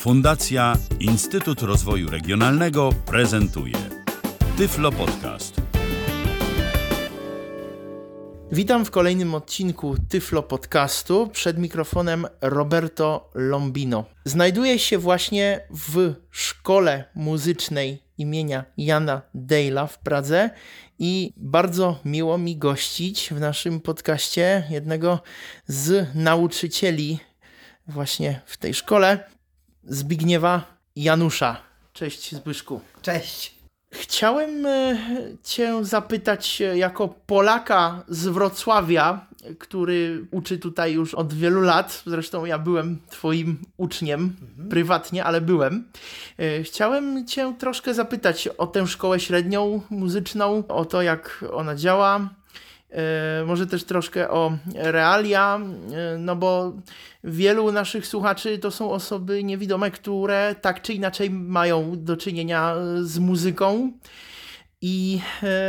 Fundacja Instytut Rozwoju Regionalnego prezentuje Tyflo Podcast. Witam w kolejnym odcinku Tyflo Podcastu. Przed mikrofonem Roberto Lombino. Znajduję się właśnie w szkole muzycznej imienia Jana Dejla w Pradze i bardzo miło mi gościć w naszym podcaście jednego z nauczycieli właśnie w tej szkole, Zbigniewa Janusza. Cześć Zbyszku. Cześć. Chciałem Cię zapytać jako Polaka z Wrocławia, który uczy tutaj już od wielu lat, zresztą ja byłem Twoim uczniem prywatnie, ale byłem. Chciałem Cię troszkę zapytać o tę szkołę średnią muzyczną, o to jak ona działa, może też troszkę o realia, no bo wielu naszych słuchaczy to są osoby niewidome, które tak czy inaczej mają do czynienia z muzyką i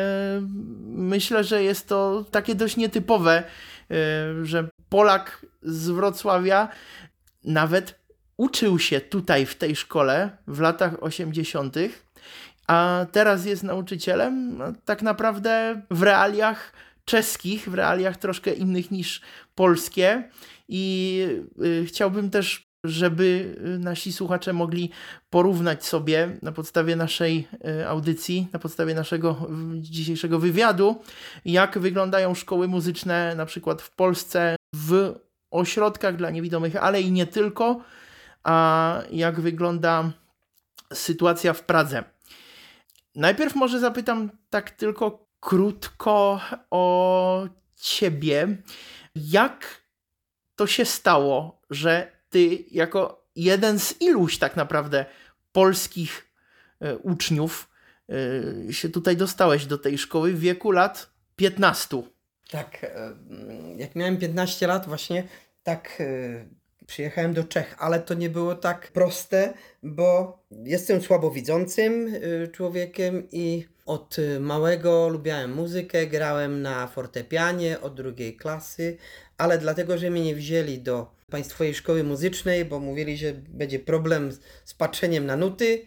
myślę, że jest to takie dość nietypowe, że Polak z Wrocławia nawet uczył się tutaj w tej szkole w latach 80., a teraz jest nauczycielem tak naprawdę w realiach czeskich, w realiach troszkę innych niż polskie i chciałbym też, żeby nasi słuchacze mogli porównać sobie na podstawie naszej audycji, na podstawie naszego dzisiejszego wywiadu, jak wyglądają szkoły muzyczne na przykład w Polsce, w ośrodkach dla niewidomych, ale i nie tylko, a jak wygląda sytuacja w Pradze. Najpierw może zapytam tak tylko krótko o Ciebie. Jak to się stało, że Ty jako jeden z iluś tak naprawdę polskich uczniów się tutaj dostałeś do tej szkoły w wieku lat 15? Tak, jak miałem 15 lat właśnie, tak przyjechałem do Czech, ale to nie było tak proste, bo jestem słabowidzącym człowiekiem i od małego lubiałem muzykę, grałem na fortepianie od 2 klasy, ale dlatego, że mnie nie wzięli do państwowej szkoły muzycznej, bo mówili, że będzie problem z patrzeniem na nuty,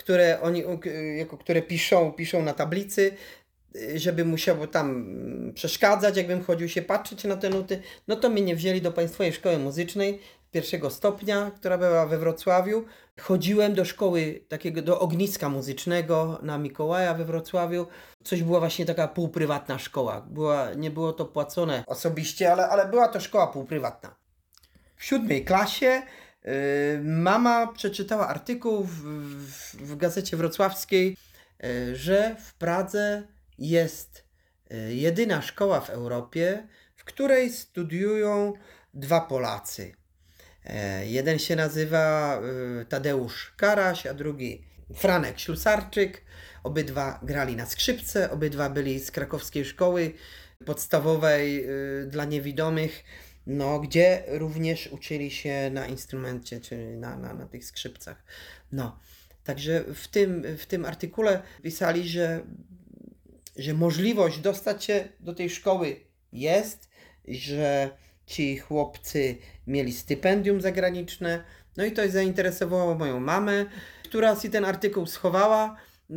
które piszą na tablicy, żeby musiało tam przeszkadzać, jakbym chodził się patrzeć na te nuty, no to mnie nie wzięli do państwowej szkoły muzycznej 1. stopnia, która była we Wrocławiu. Chodziłem do szkoły, do ogniska muzycznego na Mikołaja we Wrocławiu. Coś była właśnie taka półprywatna szkoła. Nie było to płacone osobiście, ale była to szkoła półprywatna. W 7. klasie mama przeczytała artykuł w gazecie wrocławskiej, że w Pradze jest jedyna szkoła w Europie, w której studiują 2 Polacy. Jeden się nazywa Tadeusz Karaś, a drugi Franek Ślusarczyk. Obydwa grali na skrzypce, obydwa byli z krakowskiej szkoły podstawowej dla niewidomych, gdzie również uczyli się na instrumencie, czyli na tych skrzypcach. Także w tym artykule pisali, że możliwość dostać się do tej szkoły jest, że ci chłopcy mieli stypendium zagraniczne, i to zainteresowało moją mamę, która si ten artykuł schowała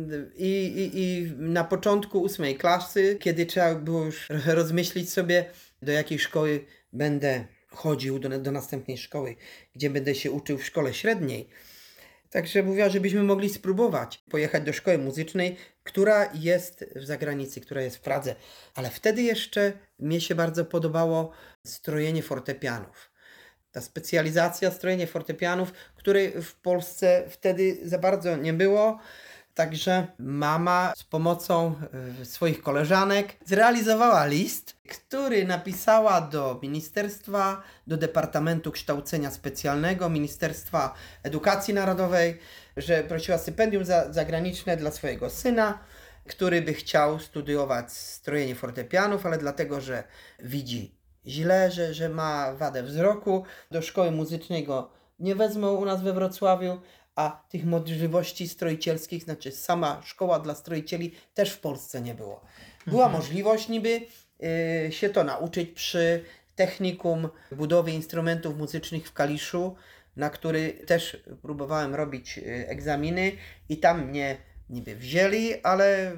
i na początku 8. klasy, kiedy trzeba było już rozmyślić sobie, do jakiej szkoły będę chodził, do następnej szkoły, gdzie będę się uczył w szkole średniej. Także mówiła, żebyśmy mogli spróbować pojechać do szkoły muzycznej, która jest w zagranicy, która jest w Pradze. Ale wtedy jeszcze mnie się bardzo podobało strojenie fortepianów. Ta specjalizacja, strojenie fortepianów, której w Polsce wtedy za bardzo nie było. Także mama z pomocą swoich koleżanek zrealizowała list, który napisała do ministerstwa, do Departamentu Kształcenia Specjalnego, Ministerstwa Edukacji Narodowej, że prosiła stypendium zagraniczne dla swojego syna, który by chciał studiować strojenie fortepianów, ale dlatego, że widzi źle, że ma wadę wzroku, do szkoły muzycznej go nie wezmą u nas we Wrocławiu, a tych możliwości stroicielskich, znaczy sama szkoła dla stroicieli też w Polsce nie było. Była możliwość niby się to nauczyć przy Technikum Budowy Instrumentów Muzycznych w Kaliszu, na który też próbowałem robić egzaminy i tam mnie niby wzięli, ale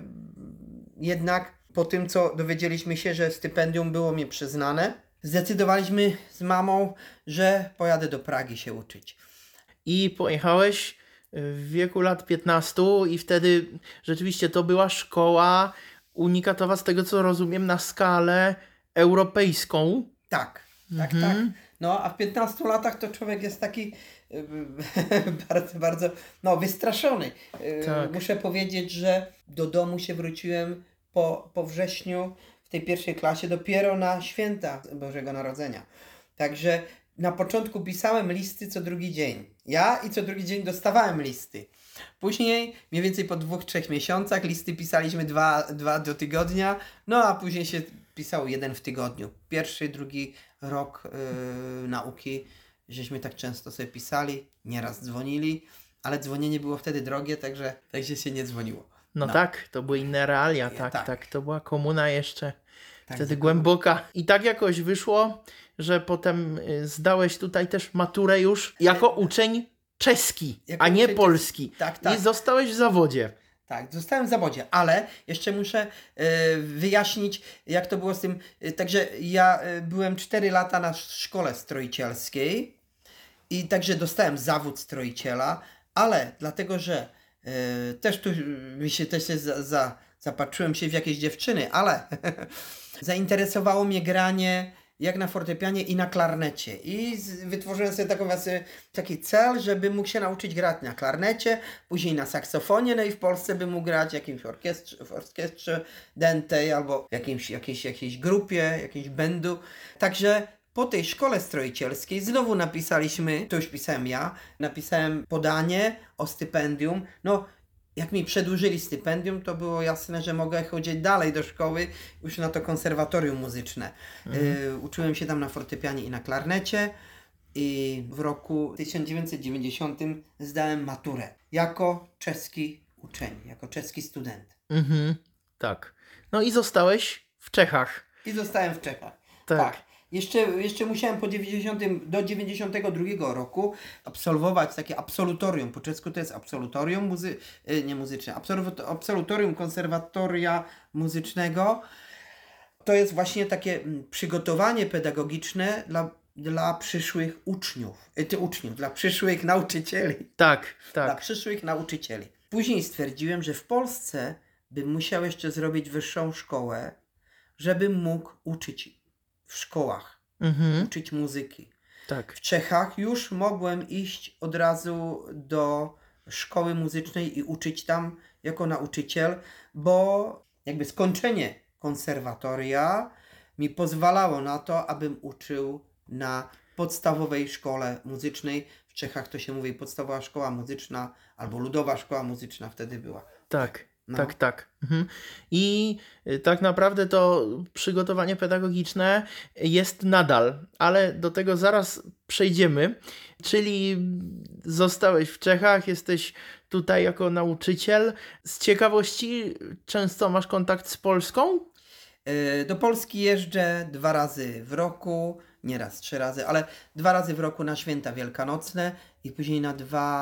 jednak po tym, co dowiedzieliśmy się, że stypendium było mi przyznane, zdecydowaliśmy z mamą, że pojadę do Pragi się uczyć. I pojechałeś w wieku lat 15 i wtedy rzeczywiście to była szkoła unikatowa, z tego co rozumiem, na skalę europejską. Tak. No, a w 15 latach to człowiek jest taki bardzo, bardzo wystraszony. Tak. Muszę powiedzieć, że do domu się wróciłem po wrześniu w tej pierwszej klasie dopiero na święta Bożego Narodzenia. Także na początku pisałem listy co drugi dzień. Ja i co drugi dzień dostawałem listy. Później, mniej więcej po 2-3 miesiącach, listy pisaliśmy dwa do tygodnia, no a później się pisał jeden w tygodniu. Pierwszy, drugi rok nauki, żeśmy tak często sobie pisali, nieraz dzwonili, ale dzwonienie było wtedy drogie, także się nie dzwoniło. No tak, to były inne realia, tak, to była komuna jeszcze wtedy głęboka. I tak jakoś wyszło, że potem zdałeś tutaj też maturę już jako uczeń czeski, a nie polski. Tak. I zostałeś w zawodzie. Tak, zostałem w zawodzie, ale jeszcze muszę wyjaśnić, jak to było z tym. Także ja byłem 4 lata na szkole stroicielskiej i także dostałem zawód stroiciela, ale dlatego, że też tu mi się zapatrzyłem się w jakieś dziewczyny, ale zainteresowało mnie granie jak na fortepianie i na klarnecie. I wytworzyłem sobie taki cel, żeby mógł się nauczyć grać na klarnecie, później na saksofonie, no i w Polsce bym mógł grać w jakimś w orkiestrze dętej albo w jakiejś grupie, jakimś bandu. Także po tej szkole stroicielskiej znowu napisaliśmy, to już pisałem ja, napisałem podanie o stypendium. No, jak mi przedłużyli stypendium, to było jasne, że mogę chodzić dalej do szkoły, już na to konserwatorium muzyczne. Uczyłem się tam na fortepianie i na klarnecie i w roku 1990 zdałem maturę jako czeski uczeń, jako czeski student. Tak. No i zostałeś w Czechach. I zostałem w Czechach. Tak. Jeszcze musiałem do 92 roku absolwować takie absolutorium. Po czesku to jest absolutorium absolutorium konserwatoria muzycznego. To jest właśnie takie przygotowanie pedagogiczne dla przyszłych dla przyszłych nauczycieli. Tak. Dla przyszłych nauczycieli. Później stwierdziłem, że w Polsce bym musiał jeszcze zrobić wyższą szkołę, żebym mógł uczyć w szkołach, uczyć muzyki. Tak. W Czechach już mogłem iść od razu do szkoły muzycznej i uczyć tam jako nauczyciel, bo jakby skończenie konserwatoria mi pozwalało na to, abym uczył na podstawowej szkole muzycznej. W Czechach to się mówi podstawowa szkoła muzyczna albo ludowa szkoła muzyczna wtedy była. Tak. No. Tak. I tak naprawdę to przygotowanie pedagogiczne jest nadal, ale do tego zaraz przejdziemy. Czyli zostałeś w Czechach, jesteś tutaj jako nauczyciel. Z ciekawości często masz kontakt z Polską? Do Polski jeżdżę 2 razy w roku, nieraz 3 razy, ale 2 razy w roku na święta wielkanocne i później na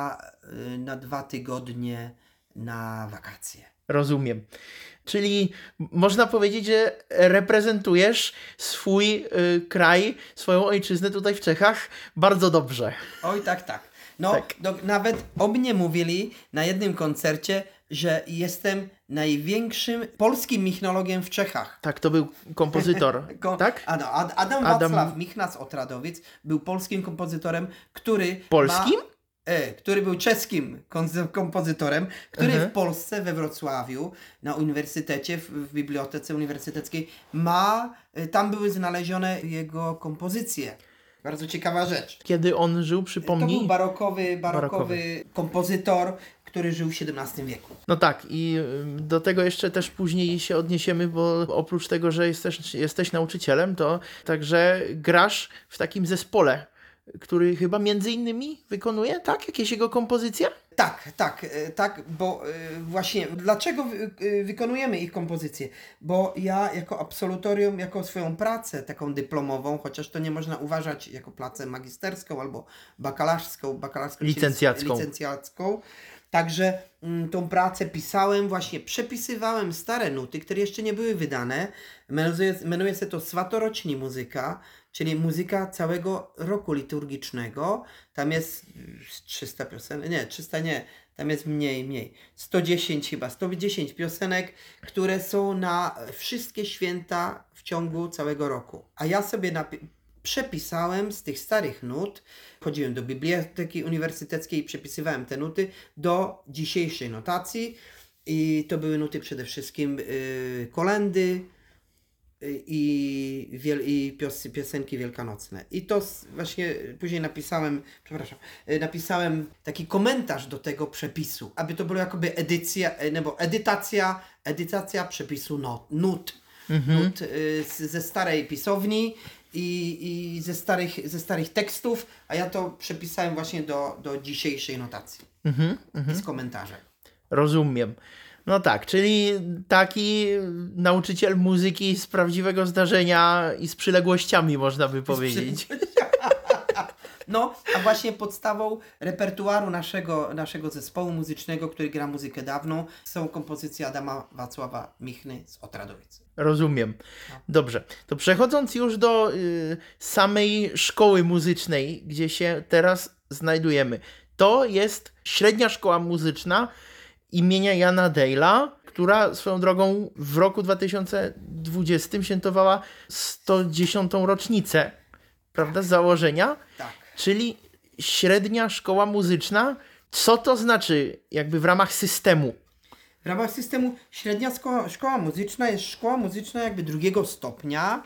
2 tygodnie na wakacje. Rozumiem. Czyli można powiedzieć, że reprezentujesz swój kraj, swoją ojczyznę tutaj w Czechach bardzo dobrze. Oj, tak. No, tak. Nawet o mnie mówili na jednym koncercie, że jestem największym polskim michnologiem w Czechach. Tak, to był kompozytor, tak? Adam Wacław Michnas-Otradowic był polskim kompozytorem, który... Polskim? Który był czeskim kompozytorem, który w Polsce, we Wrocławiu, na uniwersytecie, w bibliotece uniwersyteckiej tam były znalezione jego kompozycje. Bardzo ciekawa rzecz. Kiedy on żył, przypomnij? To był barokowy kompozytor, który żył w XVII wieku. No tak, i do tego jeszcze też później się odniesiemy, bo oprócz tego, że jesteś nauczycielem, to także grasz w takim zespole który chyba między innymi wykonuje, tak? Jakieś jego kompozycje? Tak, bo właśnie dlaczego wykonujemy ich kompozycje? Bo ja jako absolutorium, jako swoją pracę taką dyplomową, chociaż to nie można uważać jako pracę magisterską albo bakalarską licencjacką, także tą pracę pisałem, właśnie przepisywałem stare nuty, które jeszcze nie były wydane. Mianuje się to swatoroční muzyka, czyli muzyka całego roku liturgicznego. Tam jest 300 piosenek, nie, 300 nie, tam jest mniej. 110 piosenek, które są na wszystkie święta w ciągu całego roku. A ja sobie przepisałem z tych starych nut, chodziłem do biblioteki uniwersyteckiej i przepisywałem te nuty do dzisiejszej notacji i to były nuty przede wszystkim kolędy i piosenki wielkanocne. I to właśnie później napisałem taki komentarz do tego przepisu, aby to było jakoby edytacja przepisu nut ze starej pisowni i ze starych tekstów, a ja to przepisałem właśnie do dzisiejszej notacji z komentarzem. Rozumiem. No tak, czyli taki nauczyciel muzyki z prawdziwego zdarzenia i z przyległościami, można by powiedzieć. No, a właśnie podstawą repertuaru naszego zespołu muzycznego, który gra muzykę dawną, są kompozycje Adama Wacława Michny z Otradowicy. Rozumiem. Dobrze. To przechodząc już do samej szkoły muzycznej, gdzie się teraz znajdujemy. To jest średnia szkoła muzyczna imienia Jana Dejla, która swoją drogą w roku 2020 świętowała 110. rocznicę, prawda, założenia. Tak. Czyli średnia szkoła muzyczna. Co to znaczy jakby w ramach systemu? W ramach systemu średnia szkoła muzyczna jest szkoła muzyczna jakby drugiego stopnia,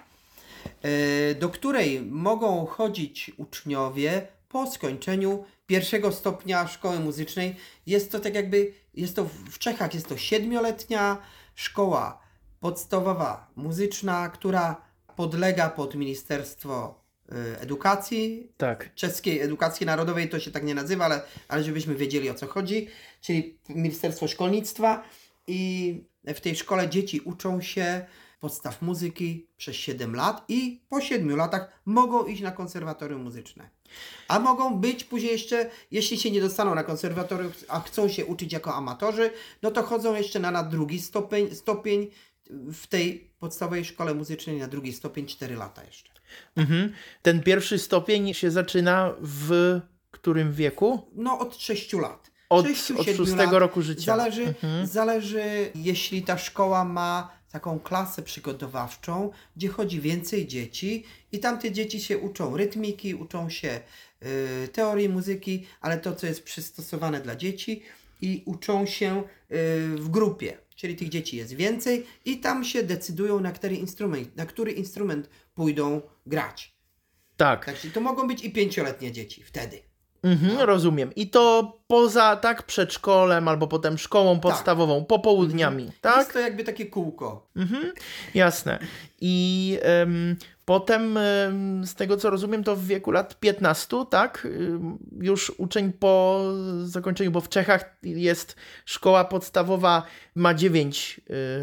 do której mogą chodzić uczniowie po skończeniu pierwszego stopnia szkoły muzycznej. Jest to tak jakby, w Czechach jest to 7-letnia szkoła podstawowa muzyczna, która podlega pod Ministerstwo Edukacji. Tak. Czeskiej Edukacji Narodowej to się tak nie nazywa, ale żebyśmy wiedzieli, o co chodzi, czyli Ministerstwo Szkolnictwa, i w tej szkole dzieci uczą się podstaw muzyki przez 7 lat i po 7 latach mogą iść na konserwatorium muzyczne. A mogą być później jeszcze, jeśli się nie dostaną na konserwatorium, a chcą się uczyć jako amatorzy, no to chodzą jeszcze na drugi stopień w tej podstawowej szkole muzycznej, na drugi stopień 4 lata jeszcze. Ten pierwszy stopień się zaczyna w którym wieku? No od 6 lat. Od 6 roku życia. Zależy, jeśli ta szkoła ma taką klasę przygotowawczą, gdzie chodzi więcej dzieci i tam te dzieci się uczą rytmiki, uczą się teorii muzyki, ale to, co jest przystosowane dla dzieci, i uczą się w grupie, czyli tych dzieci jest więcej i tam się decydują, na który instrument pójdą grać. Tak. Także to mogą być i 5-letnie dzieci wtedy. Rozumiem. I to poza przedszkolem albo potem szkołą podstawową, popołudniami, tak? Jest to jakby takie kółko. Jasne. I potem, z tego co rozumiem, to w wieku lat 15, tak? Już uczeń po zakończeniu, bo w Czechach jest szkoła podstawowa, ma 9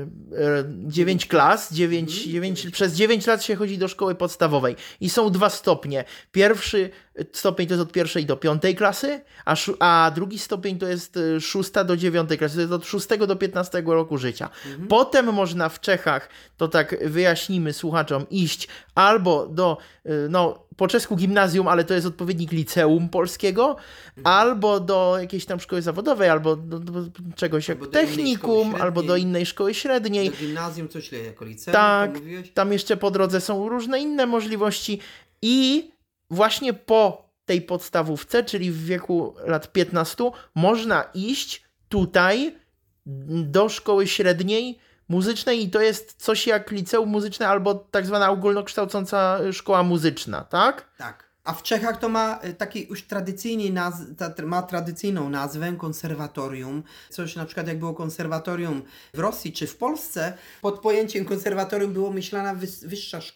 klas, przez 9 lat się chodzi do szkoły podstawowej i są 2 stopnie. Pierwszy stopień to jest od 1 do 5 klasy, a drugi stopień to jest 6 do 9 klasy, to jest od 6 do 15 roku życia. Potem można w Czechach, to tak wyjaśnimy słuchaczom, iść albo do, po czesku gimnazjum, ale to jest odpowiednik liceum polskiego, albo do jakiejś tam szkoły zawodowej, albo do czegoś jak technikum, albo do innej szkoły średniej. Do gimnazjum coś jako liceum, tak, tam jeszcze po drodze są różne inne możliwości i właśnie po tej podstawówce, czyli w wieku lat 15, można iść tutaj do szkoły średniej muzycznej i to jest coś jak liceum muzyczne albo tak zwana ogólnokształcąca szkoła muzyczna, tak? Tak. A w Czechach to ma taki już tradycyjną nazwę konserwatorium. Coś na przykład jak było konserwatorium w Rosji czy w Polsce, pod pojęciem konserwatorium było myślana wyższa szkoła.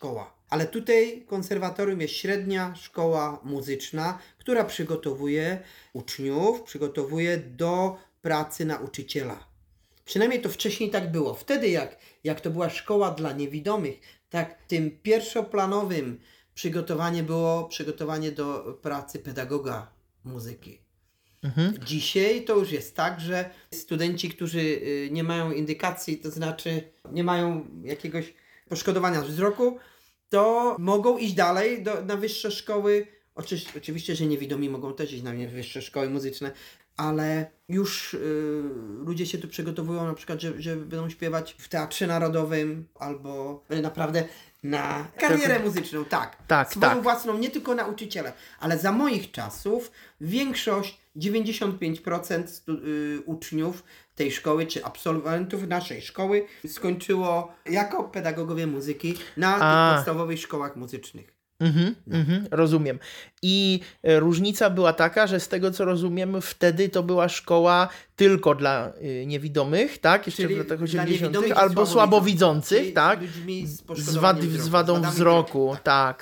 Ale tutaj konserwatorium jest średnia szkoła muzyczna, która przygotowuje uczniów, przygotowuje do pracy nauczyciela. Przynajmniej to wcześniej tak było. Wtedy jak to była szkoła dla niewidomych, tak tym pierwszoplanowym przygotowanie było przygotowanie do pracy pedagoga muzyki. Dzisiaj to już jest tak, że studenci, którzy nie mają indykacji, to znaczy nie mają jakiegoś poszkodowania wzroku, to mogą iść dalej na wyższe szkoły. Oczywiście, że niewidomi mogą też iść na wyższe szkoły muzyczne, ale już ludzie się tu przygotowują na przykład, że będą śpiewać w Teatrze Narodowym albo naprawdę na karierę muzyczną, swoją własną, nie tylko nauczyciele, ale za moich czasów większość, 95% uczniów tej szkoły, czy absolwentów naszej szkoły skończyło jako pedagogowie muzyki na tych podstawowych szkołach muzycznych. Rozumiem. I różnica była taka, że z tego co rozumiem, wtedy to była szkoła tylko dla niewidomych, tak? Jeszcze Czyli w latach 80. albo słabowidzących, tak? Ludźmi Z wadą wzroku, tak.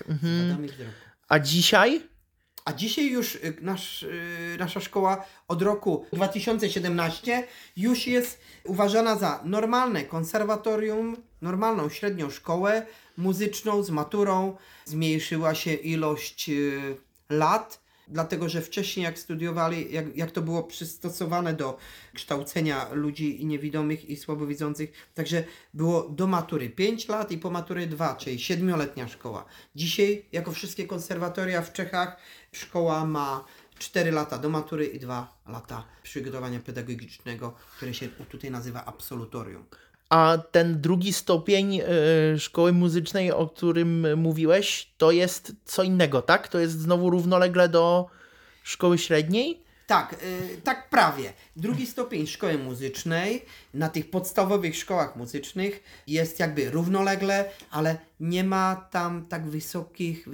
A dzisiaj? A dzisiaj już nasza szkoła od roku 2017 już jest uważana za normalne konserwatorium, normalną średnią szkołę muzyczną z maturą. Zmniejszyła się ilość lat, dlatego że wcześniej jak studiowali, jak to było przystosowane do kształcenia ludzi i niewidomych i słabowidzących, także było do matury 5 lat i po matury 2, czyli 7-letnia szkoła. Dzisiaj, jako wszystkie konserwatoria w Czechach, szkoła ma 4 lata do matury i 2 lata przygotowania pedagogicznego, które się tutaj nazywa absolutorium. A ten drugi stopień szkoły muzycznej, o którym mówiłeś, to jest co innego, tak? To jest znowu równolegle do szkoły średniej? Tak prawie. Drugi stopień szkoły muzycznej na tych podstawowych szkołach muzycznych jest jakby równolegle, ale nie ma tam tak wysokich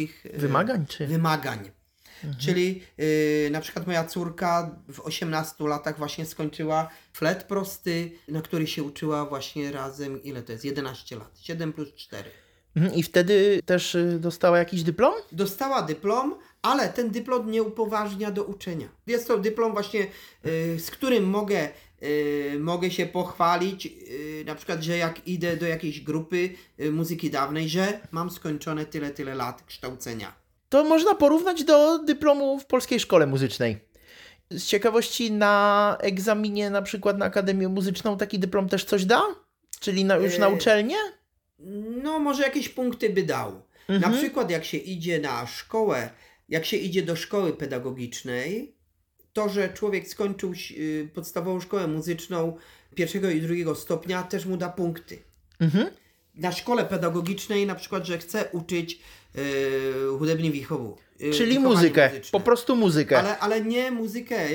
wymagań. Czyli na przykład moja córka w 18 latach właśnie skończyła flet prosty, na który się uczyła właśnie razem, ile to jest? 11 lat. 7 plus 4. I wtedy też dostała jakiś dyplom? Dostała dyplom, ale ten dyplom nie upoważnia do uczenia. Jest to dyplom właśnie, z którym mogę się pochwalić, na przykład, że jak idę do jakiejś grupy muzyki dawnej, że mam skończone tyle lat kształcenia. To można porównać do dyplomu w Polskiej Szkole Muzycznej. Z ciekawości na egzaminie na przykład na Akademię Muzyczną taki dyplom też coś da? Czyli już na uczelnię? No może jakieś punkty by dał. Na przykład jak się idzie na szkołę, jak się idzie do szkoły pedagogicznej, to, że człowiek skończył podstawową szkołę muzyczną 1. i 2. stopnia też mu da punkty. Na szkole pedagogicznej na przykład, że chce uczyć hudební výchovu. Czyli muzykę, muzyczne. Po prostu muzykę. Ale nie muzykę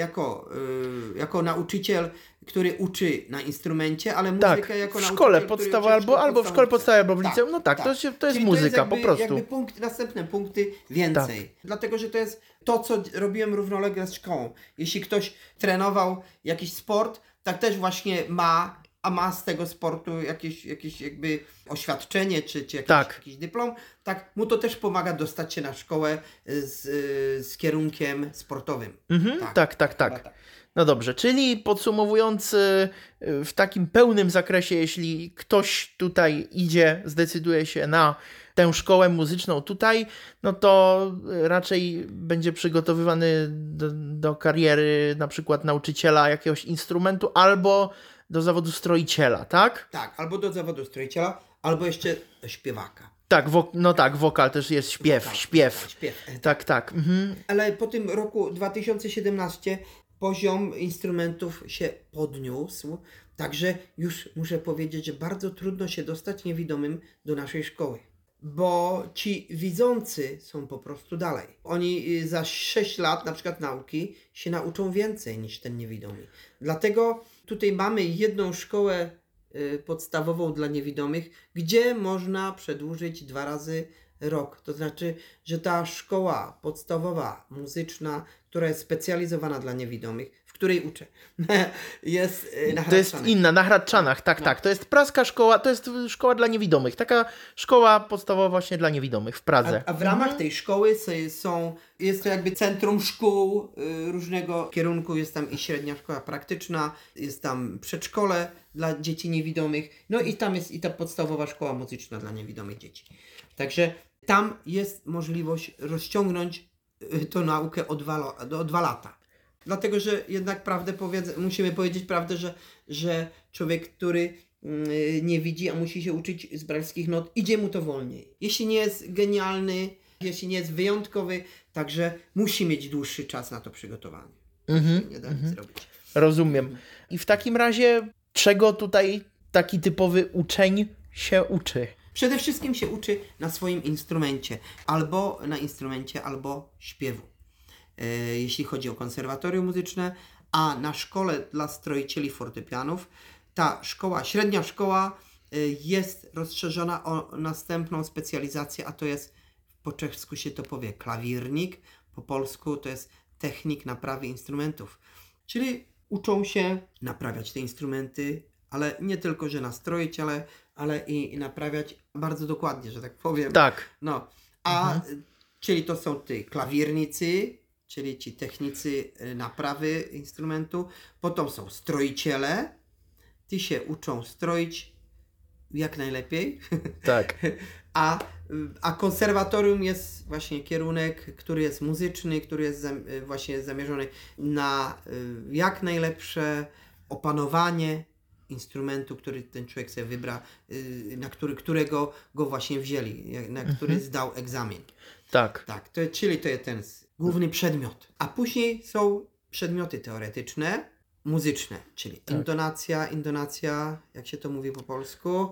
jako nauczyciel, który uczy na instrumencie, ale muzykę jako w szkole podstawowej albo w szkole podstawowej, albo w liceum. No tak. To jest muzyka, jakby, po prostu. Jakby następne punkty więcej. Tak. Dlatego, że to jest to, co robiłem równolegle z szkołą. Jeśli ktoś trenował jakiś sport, tak też właśnie ma z tego sportu jakieś jakby oświadczenie, czy jakiś dyplom, tak mu to też pomaga dostać się na szkołę z kierunkiem sportowym. Tak. No dobrze, czyli podsumowując w takim pełnym zakresie, jeśli ktoś tutaj zdecyduje się na tę szkołę muzyczną tutaj, no to raczej będzie przygotowywany do kariery na przykład nauczyciela jakiegoś instrumentu albo do zawodu stroiciela, tak? Tak, albo do zawodu stroiciela, albo jeszcze śpiewaka. Tak, wokal też jest śpiew. Tak. Ale po tym roku 2017 poziom instrumentów się podniósł, także już muszę powiedzieć, że bardzo trudno się dostać niewidomym do naszej szkoły. Bo ci widzący są po prostu dalej. Oni za 6 lat na przykład nauki się nauczą więcej niż ten niewidomy. Dlatego tutaj mamy jedną szkołę podstawową dla niewidomych, gdzie można przedłużyć 2 razy rok. To znaczy, że ta szkoła podstawowa, muzyczna, która jest specjalizowana dla niewidomych, w której uczę. Jest na To jest Hradczanach. inna, na Hradczanach, tak. To jest praska szkoła, to jest szkoła dla niewidomych. Taka szkoła podstawowa właśnie dla niewidomych w Pradze. A w ramach tej szkoły jest to jakby centrum szkół różnego kierunku. Jest tam i średnia szkoła praktyczna, jest tam przedszkole dla dzieci niewidomych, no i tam jest i ta podstawowa szkoła muzyczna dla niewidomych dzieci. Także tam jest możliwość rozciągnąć tą naukę o 2 lata. Dlatego, że jednak musimy powiedzieć prawdę, że człowiek, który nie widzi, a musi się uczyć z brajlskich not, idzie mu to wolniej. Jeśli nie jest genialny, jeśli nie jest wyjątkowy, także musi mieć dłuższy czas na to przygotowanie. Nie da nic zrobić. Rozumiem. I w takim razie, czego tutaj taki typowy uczeń się uczy? Przede wszystkim się uczy na swoim instrumencie. Albo na instrumencie, albo śpiewu. Jeśli chodzi o konserwatorium muzyczne, a na szkole dla stroicieli fortepianów, ta szkoła, średnia szkoła jest rozszerzona o następną specjalizację, a to jest, po czesku się to powie, klawirnik, po polsku to jest technik naprawy instrumentów. Czyli uczą się naprawiać te instrumenty, ale nie tylko, że nastroić, ale i naprawiać bardzo dokładnie, że tak powiem. Tak. No, czyli to są klawirnicy, czyli ci technicy naprawy instrumentu. Potem są stroiciele. Ci się uczą stroić jak najlepiej. Tak. A konserwatorium jest właśnie kierunek, który jest muzyczny, który jest właśnie zamierzony na jak najlepsze opanowanie instrumentu, który ten człowiek sobie wybra, którego go właśnie wzięli, na który zdał egzamin. Tak. Tak, czyli to jest ten główny przedmiot. A później są przedmioty teoretyczne, muzyczne, czyli intonacja, jak się to mówi po polsku?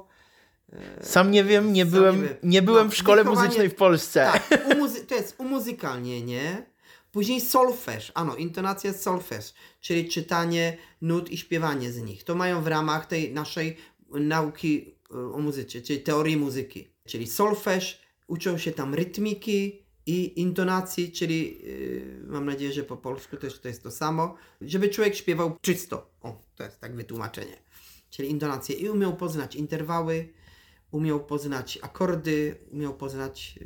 Sam nie wiem, nie byłem w szkole muzycznej w Polsce. Tak, to jest umuzykalnienie. Później solfeż, intonacja jest solfeż, czyli czytanie nut i śpiewanie z nich. To mają w ramach tej naszej nauki o muzyce, czyli teorii muzyki. Czyli solfeż, uczą się tam rytmiki i intonacji, czyli mam nadzieję, że po polsku też to jest to samo, żeby człowiek śpiewał czysto. To jest tak wytłumaczenie. Czyli intonacje i umiał poznać interwały, umiał poznać akordy, umiał poznać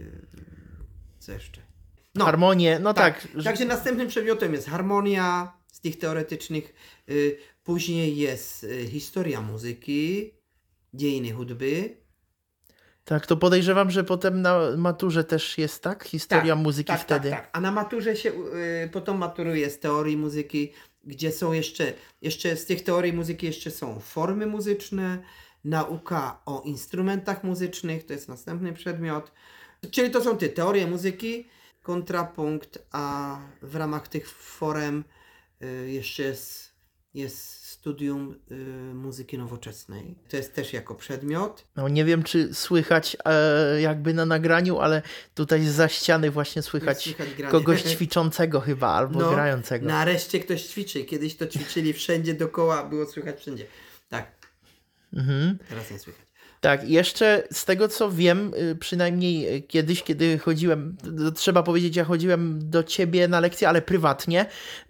co jeszcze? Harmonię, tak. Także następnym przedmiotem jest harmonia z tych teoretycznych, później jest historia muzyki, dziejiny hudby. Tak, to podejrzewam, że potem na maturze też jest historia muzyki wtedy. Tak. A na maturze się potem maturuje z teorii muzyki, gdzie są jeszcze z tych teorii muzyki jeszcze są formy muzyczne, nauka o instrumentach muzycznych, to jest następny przedmiot. Czyli to są teorie muzyki, kontrapunkt, a w ramach tych forem jeszcze jest studium muzyki nowoczesnej. To jest też jako przedmiot. Nie wiem, czy słychać jakby na nagraniu, ale tutaj zza ściany właśnie słychać kogoś ćwiczącego chyba, albo grającego. Nareszcie ktoś ćwiczy. Kiedyś to ćwiczyli wszędzie dookoła, było słychać wszędzie. Tak. Teraz nie słychać. Tak, jeszcze z tego co wiem, przynajmniej kiedyś, kiedy chodziłem, trzeba powiedzieć, ja chodziłem do ciebie na lekcje, ale prywatnie,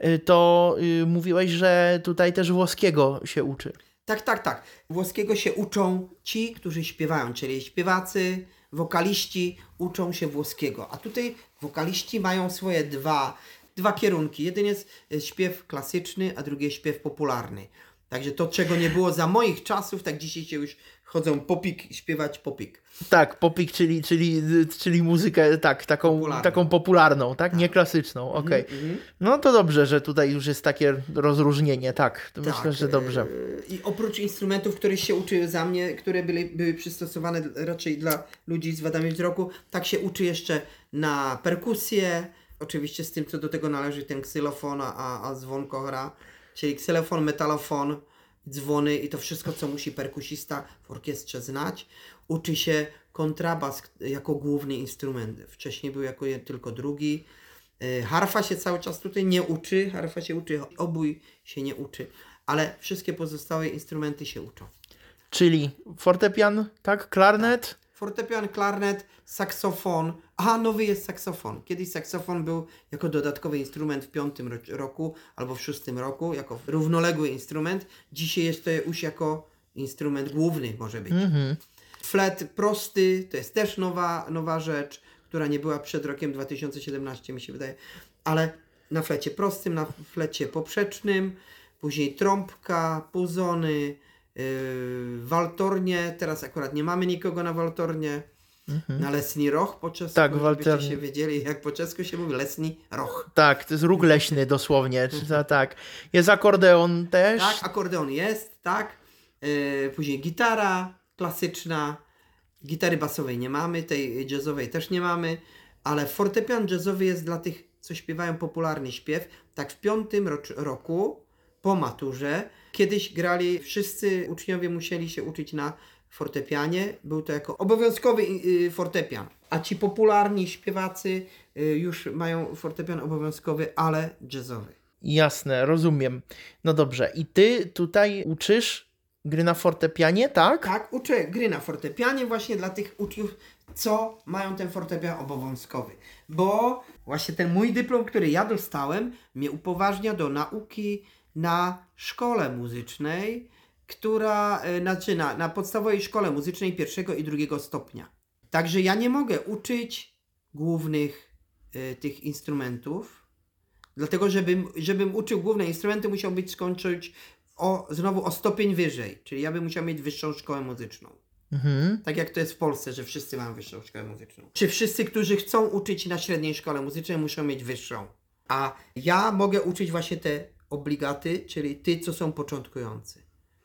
to mówiłeś, że tutaj też włoskiego się uczy. Tak. Włoskiego się uczą ci, którzy śpiewają, czyli śpiewacy, wokaliści uczą się włoskiego. A tutaj wokaliści mają swoje dwa kierunki. Jeden jest śpiew klasyczny, a drugi jest śpiew popularny. Także to, czego nie było za moich czasów, tak dzisiaj się już chodzą śpiewać popik. Tak, popik, czyli muzykę taką popularną, tak? Nie klasyczną, okej. No to dobrze, że tutaj już jest takie rozróżnienie, tak. To myślę, że dobrze. I oprócz instrumentów, których się uczy za mnie, które były przystosowane raczej dla ludzi z wadami wzroku, tak się uczy jeszcze na perkusję, oczywiście z tym, co do tego należy ten ksylofon, a dzwon gra, czyli ksylofon, metalofon, dzwony i to wszystko, co musi perkusista w orkiestrze znać. Uczy się kontrabas jako główny instrument. Wcześniej był jako tylko drugi. Harfa się cały czas tutaj nie uczy. Harfa się uczy, obój się nie uczy. Ale wszystkie pozostałe instrumenty się uczą. Czyli fortepian, tak? Klarnet? Tak. fortepian, klarnet, saksofon. Aha, nowy jest saksofon. Kiedyś saksofon był jako dodatkowy instrument w 5. roku albo w 6. roku, jako równoległy instrument. Dzisiaj jest to już jako instrument główny może być. Flet prosty, to jest też nowa rzecz, która nie była przed rokiem 2017, mi się wydaje, ale na flecie prostym, na flecie poprzecznym, później trąbka, puzony, waltornie, teraz akurat nie mamy nikogo na waltornie, na lesni roch po czesku, Tak, żebyście waltornie. się wiedzieli, jak po czesku się mówi, lesni roch. Tak, to jest róg leśny dosłownie. Tak. Jest akordeon też. Tak, akordeon jest, tak. Później gitara klasyczna, gitary basowej nie mamy, tej jazzowej też nie mamy, ale fortepian jazzowy jest dla tych, co śpiewają popularny śpiew. Tak w 5. roku po maturze, kiedyś grali, wszyscy uczniowie musieli się uczyć na fortepianie, był to jako obowiązkowy fortepian, a ci popularni śpiewacy już mają fortepian obowiązkowy, ale jazzowy. Jasne, rozumiem. No dobrze. I ty tutaj uczysz gry na fortepianie, tak? Tak, uczę gry na fortepianie właśnie dla tych uczniów, co mają ten fortepian obowiązkowy. Bo właśnie ten mój dyplom, który ja dostałem, mnie upoważnia do nauki na szkole muzycznej, która, na podstawowej szkole muzycznej 1. i 2. stopnia. Także ja nie mogę uczyć głównych tych instrumentów, dlatego żebym uczył główne instrumenty, musiał być skończyć znowu o stopień wyżej, czyli ja bym musiał mieć wyższą szkołę muzyczną. Tak jak to jest w Polsce, że wszyscy mają wyższą szkołę muzyczną. Czy wszyscy, którzy chcą uczyć na średniej szkole muzycznej, muszą mieć wyższą. A ja mogę uczyć właśnie te obligaty, czyli ty, co są początkujący.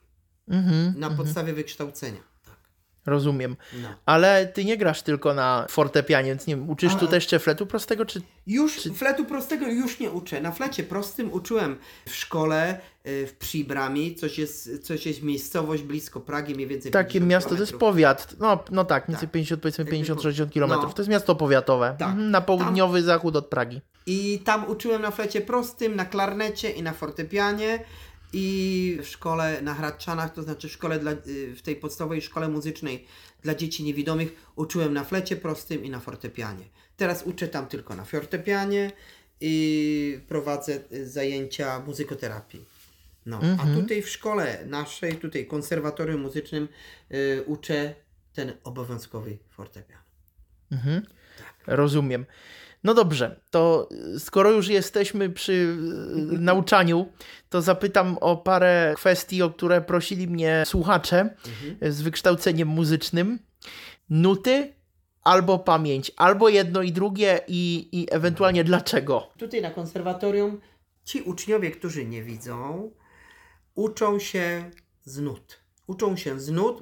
Na podstawie wykształcenia. Rozumiem. No. Ale ty nie grasz tylko na fortepianie, więc nie wiem, uczysz tu też jeszcze fletu prostego, czy... Fletu prostego już nie uczę. Na flecie prostym uczyłem w szkole w Przybrami, coś jest miejscowość blisko Pragi, mniej więcej Takie 50 miasto, to jest kilometrów. powiat. No tak, mniej więcej 50, powiedzmy 50-60 kilometrów. No. To jest miasto powiatowe. Tak. Na południowy zachód od Pragi. I tam uczyłem na flecie prostym, na klarnecie i na fortepianie. I w szkole na Hradczanach, to znaczy w tej podstawowej szkole muzycznej dla dzieci niewidomych uczyłem na flecie prostym i na fortepianie. Teraz uczę tam tylko na fortepianie i prowadzę zajęcia muzykoterapii. No, a tutaj w szkole naszej, tutaj konserwatorium muzycznym uczę ten obowiązkowy fortepian. Rozumiem. No dobrze, to skoro już jesteśmy przy nauczaniu, to zapytam o parę kwestii, o które prosili mnie słuchacze z wykształceniem muzycznym. Nuty albo pamięć, albo jedno i drugie i ewentualnie dlaczego? Tutaj na konserwatorium ci uczniowie, którzy nie widzą, uczą się z nut. Uczą się z nut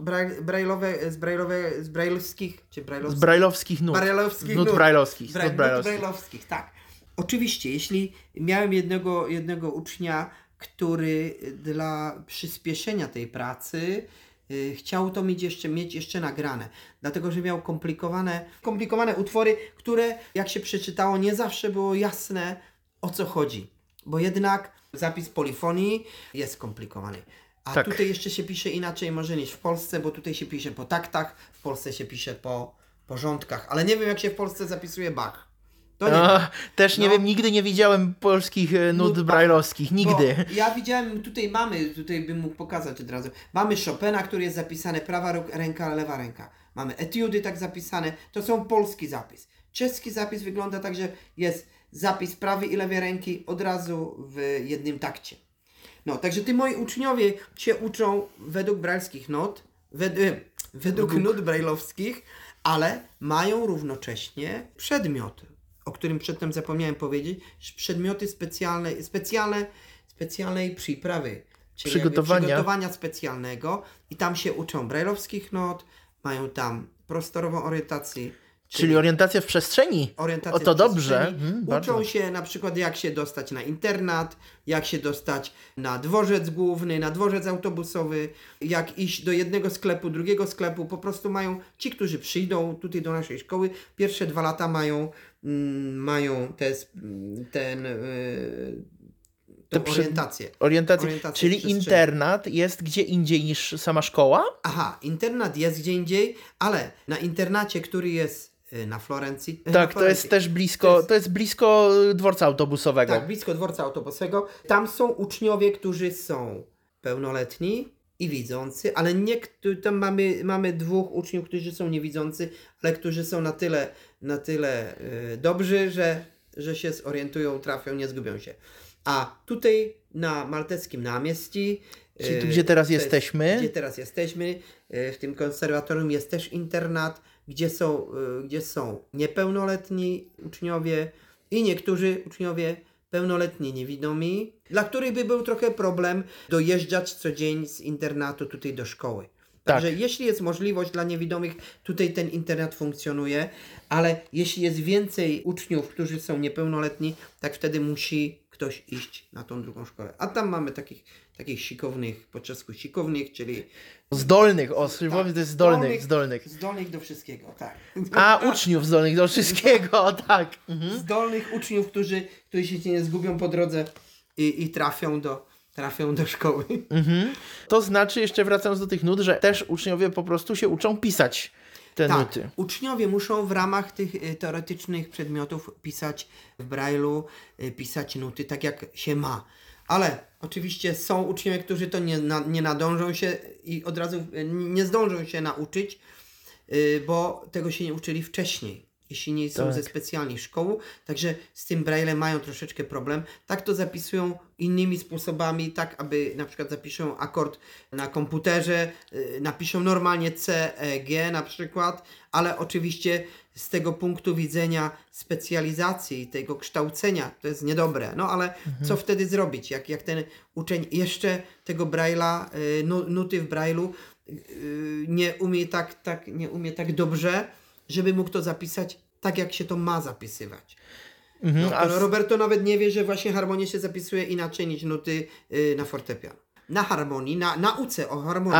z brajlowskich, czy brajlowskich? Z brajlowskich nut. Brajlowskich Nut nut. brajlowskich. Nut brajlowskich, tak. Oczywiście, jeśli miałem jednego ucznia, który dla przyspieszenia tej pracy chciał to mieć jeszcze nagrane, dlatego że miał komplikowane utwory, które jak się przeczytało nie zawsze było jasne, o co chodzi, bo jednak zapis polifonii jest skomplikowany. A tak. Tutaj jeszcze się pisze inaczej może niż w Polsce, bo tutaj się pisze po taktach, w Polsce się pisze po porządkach, ale nie wiem jak się w Polsce zapisuje Bach. To nie też nie wiem, nigdy nie widziałem polskich nut brajlowskich, nigdy. Bo ja widziałem, tutaj bym mógł pokazać od razu. Mamy Chopina, który jest zapisane prawa ręka, lewa ręka. Mamy etiudy tak zapisane, to są polski zapis. Czeski zapis wygląda tak, że jest zapis prawej i lewej ręki od razu w jednym takcie. No, także ty moi uczniowie się uczą według brajlskich nut, według nut brajlowskich, ale mają równocześnie przedmiot, o którym przedtem zapomniałem powiedzieć, przedmioty specjalnej przyprawy, czyli przygotowania specjalnego i tam się uczą brajlowskich not, mają tam prostorową orientację. Czyli orientacja w przestrzeni. O to dobrze. Uczą się na przykład jak się dostać na internat, jak się dostać na dworzec główny, na dworzec autobusowy, jak iść do jednego sklepu, drugiego sklepu. Po prostu mają ci, którzy przyjdą tutaj do naszej szkoły, pierwsze 2 lata mają orientację. Orientację, Orientację czyli przestrzeni. internat jest gdzie indziej niż sama szkoła? Aha, internat jest gdzie indziej, ale na internacie, który jest na Florencji. Tak, to jest też blisko, to jest blisko dworca autobusowego. Tak, blisko dworca autobusowego. Tam są uczniowie, którzy są pełnoletni i widzący, ale tam mamy 2 uczniów, którzy są niewidzący, ale którzy są na tyle dobrzy, że się zorientują, trafią, nie zgubią się. A tutaj na Malteckim Namieści, Czyli tu, gdzie teraz jesteśmy. Gdzie teraz jesteśmy, w tym konserwatorium jest też internat, gdzie są niepełnoletni uczniowie i niektórzy uczniowie pełnoletni niewidomi, dla których by był trochę problem dojeżdżać co dzień z internatu tutaj do szkoły. Także jeśli jest możliwość dla niewidomych, tutaj ten internat funkcjonuje, ale jeśli jest więcej uczniów, którzy są niepełnoletni, tak wtedy musi ktoś iść na tą drugą szkołę. A tam mamy takich sikownych, po czesku sikownych, czyli... Zdolnych, to jest zdolnych. Zdolnych do wszystkiego, tak. A uczniów zdolnych do wszystkiego, tak. Zdolnych uczniów, którzy się nie zgubią po drodze i trafią do szkoły. To znaczy, jeszcze wracając do tych nut, że też uczniowie po prostu się uczą pisać te nuty. Uczniowie muszą w ramach tych teoretycznych przedmiotów pisać w Braille'u, pisać nuty tak jak się ma. Ale oczywiście są uczniowie, którzy to nie nadążą się i od razu nie zdążą się nauczyć, bo tego się nie uczyli wcześniej, jeśli nie są ze specjalnej szkoły. Także z tym Braillem mają troszeczkę problem. Tak to zapisują innymi sposobami, tak aby na przykład zapiszą akord na komputerze, napiszą normalnie C, E, G na przykład, ale oczywiście z tego punktu widzenia specjalizacji i tego kształcenia to jest niedobre. No ale co wtedy zrobić? Jak ten uczeń jeszcze tego Braille'a, nuty w Braille'u nie umie tak dobrze, żeby mógł to zapisać tak, jak się to ma zapisywać. Roberto nawet nie wie, że właśnie harmonię się zapisuje inaczej niż nuty na fortepian. Na harmonii, na nauce o harmonii.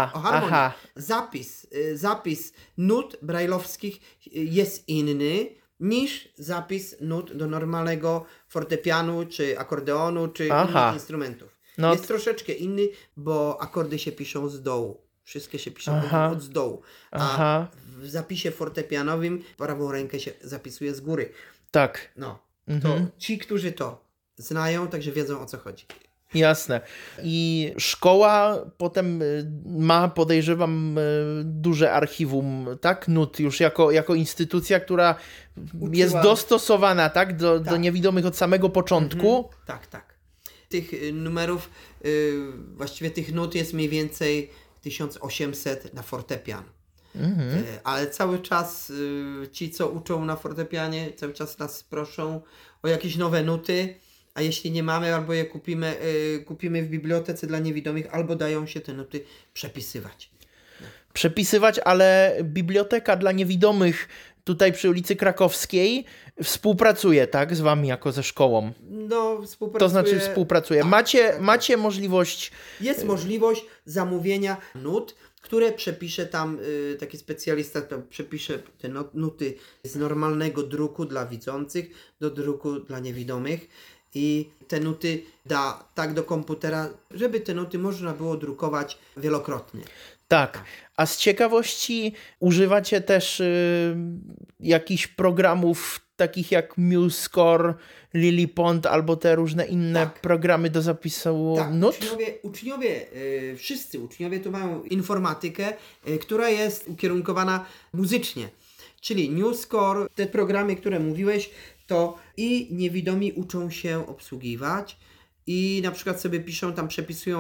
Zapis nut brajlowskich jest inny niż zapis nut do normalnego fortepianu, czy akordeonu, czy innych instrumentów. Jest troszeczkę inny, bo akordy się piszą z dołu. Wszystkie się piszą od z dołu. A w zapisie fortepianowym prawą rękę się zapisuje z góry. Tak. To ci, którzy to znają, także wiedzą, o co chodzi. Jasne. I szkoła potem ma, podejrzewam, duże archiwum, tak? Nut już jako instytucja, która jest dostosowana, tak? Do niewidomych od samego początku. Tak. Tych numerów, właściwie tych nut jest mniej więcej 1800 na fortepian. Ale cały czas ci, co uczą na fortepianie, cały czas nas proszą o jakieś nowe nuty, a jeśli nie mamy, albo je kupimy w bibliotece dla niewidomych, albo dają się te nuty przepisywać. Przepisywać, ale biblioteka dla niewidomych tutaj przy ulicy Krakowskiej współpracuje, tak? Z wami jako ze szkołą. Współpracuje. To znaczy współpracuje. Tak, macie możliwość... Jest możliwość zamówienia nut, które przepisze tam taki specjalista, przepisze te nuty z normalnego druku dla widzących do druku dla niewidomych i te nuty da tak do komputera, żeby te nuty można było drukować wielokrotnie. Tak. A z ciekawości używacie też jakichś programów takich jak MuseScore, Lillipond albo te różne inne programy do zapisu nut? Wszyscy uczniowie tu mają informatykę, która jest ukierunkowana muzycznie. Czyli MuseScore, te programy, które mówiłeś, to i niewidomi uczą się obsługiwać i na przykład sobie piszą, tam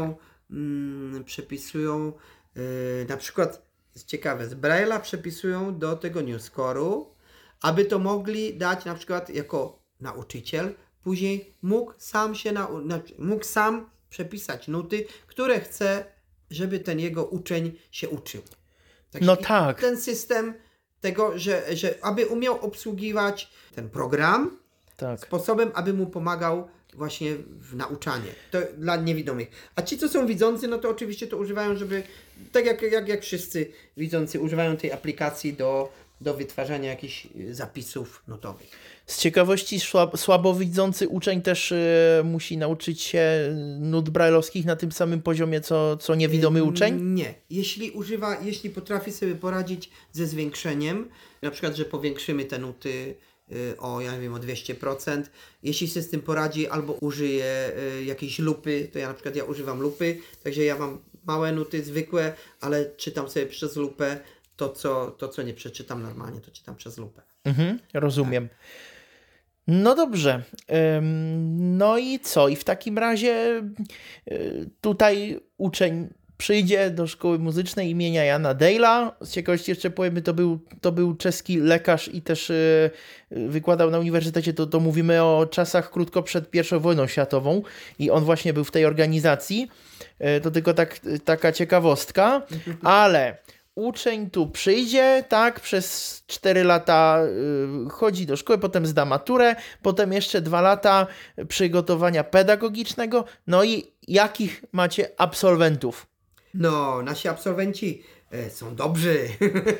przepisują na przykład, jest ciekawe, z Braille'a przepisują do tego MuseScore'u, aby to mogli dać na przykład jako nauczyciel, później mógł sam przepisać nuty, które chce, żeby ten jego uczeń się uczył. Tak. Ten system tego, że aby umiał obsługiwać ten program sposobem, aby mu pomagał właśnie w nauczanie. To dla niewidomych. A ci, co są widzący, no to oczywiście to używają, żeby tak jak wszyscy widzący używają tej aplikacji do do wytwarzania jakichś zapisów notowych. Z ciekawości słabowidzący uczeń też musi nauczyć się nut brajlowskich na tym samym poziomie, co niewidomy uczeń? Nie. Jeśli potrafi sobie poradzić ze zwiększeniem, na przykład, że powiększymy te nuty o 200%, jeśli się z tym poradzi albo użyje jakiejś lupy, to ja używam lupy, także ja mam małe nuty zwykłe, ale czytam sobie przez lupę to co nie przeczytam normalnie, to czytam przez lupę. Rozumiem. No dobrze. No i co? I w takim razie tutaj uczeń przyjdzie do szkoły muzycznej imienia Jana Dejla. Z ciekawości jeszcze powiemy, to był czeski lekarz i też wykładał na uniwersytecie, to mówimy o czasach krótko przed I wojną światową i on właśnie był w tej organizacji. To tylko taka ciekawostka, ale uczeń tu przyjdzie, tak, przez 4 lata chodzi do szkoły, potem zda maturę, potem jeszcze 2 lata przygotowania pedagogicznego. No i jakich macie absolwentów? No, nasi absolwenci są dobrzy.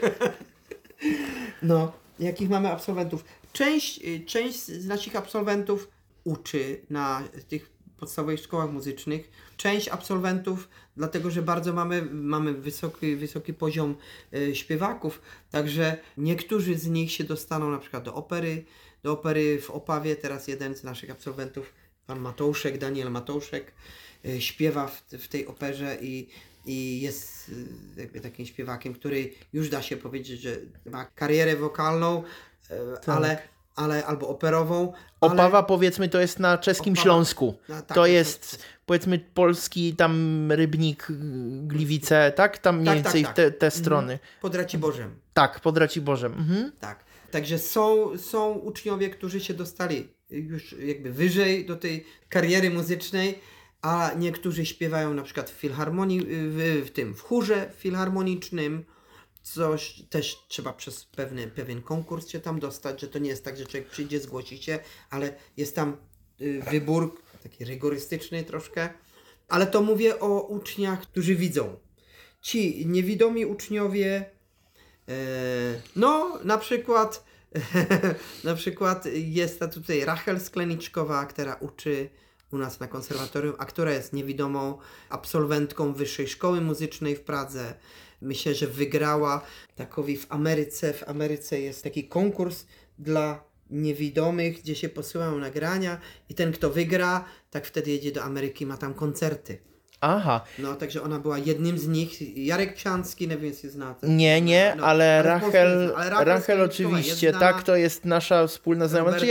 No, jakich mamy absolwentów? Część z naszych absolwentów uczy na tych podstawowych szkołach muzycznych. Część absolwentów, dlatego że bardzo mamy wysoki poziom śpiewaków, także niektórzy z nich się dostaną na przykład do opery w Opawie. Teraz jeden z naszych absolwentów, pan Matouszek, Daniel Matouszek, śpiewa w tej operze i jest jakby takim śpiewakiem, który już da się powiedzieć, że ma karierę wokalną, Tak. ale albo operową. Opawa, powiedzmy, to jest na czeskim Śląsku. Tak, to jest, powiedzmy, polski tam Rybnik, Gliwice, tak? Tam mniej więcej te strony. Pod Raciborzem. Tak, pod Raciborzem. Tak. Także są uczniowie, którzy się dostali już jakby wyżej do tej kariery muzycznej, a niektórzy śpiewają na przykład w filharmonii, w chórze filharmonicznym. Coś też trzeba przez pewien konkurs się tam dostać, że to nie jest tak, że człowiek przyjdzie, zgłosi się, ale jest tam wybór taki rygorystyczny troszkę. Ale to mówię o uczniach, którzy widzą. Ci niewidomi uczniowie, no na przykład jest ta tutaj Rachel Skleniczkowa, która uczy u nas na konserwatorium, a która jest niewidomą absolwentką Wyższej Szkoły Muzycznej w Pradze. Myślę, że wygrała takowi w Ameryce. W Ameryce jest taki konkurs dla niewidomych, gdzie się posyłają nagrania i ten, kto wygra, tak wtedy jedzie do Ameryki, ma tam koncerty. Aha. No, także ona była jednym z nich. Jarek Psiancki, nie wiem, się zna. Nie, no, ale Rachel Rachel oczywiście, tak, to jest nasza wspólna znajoma. Znaczy,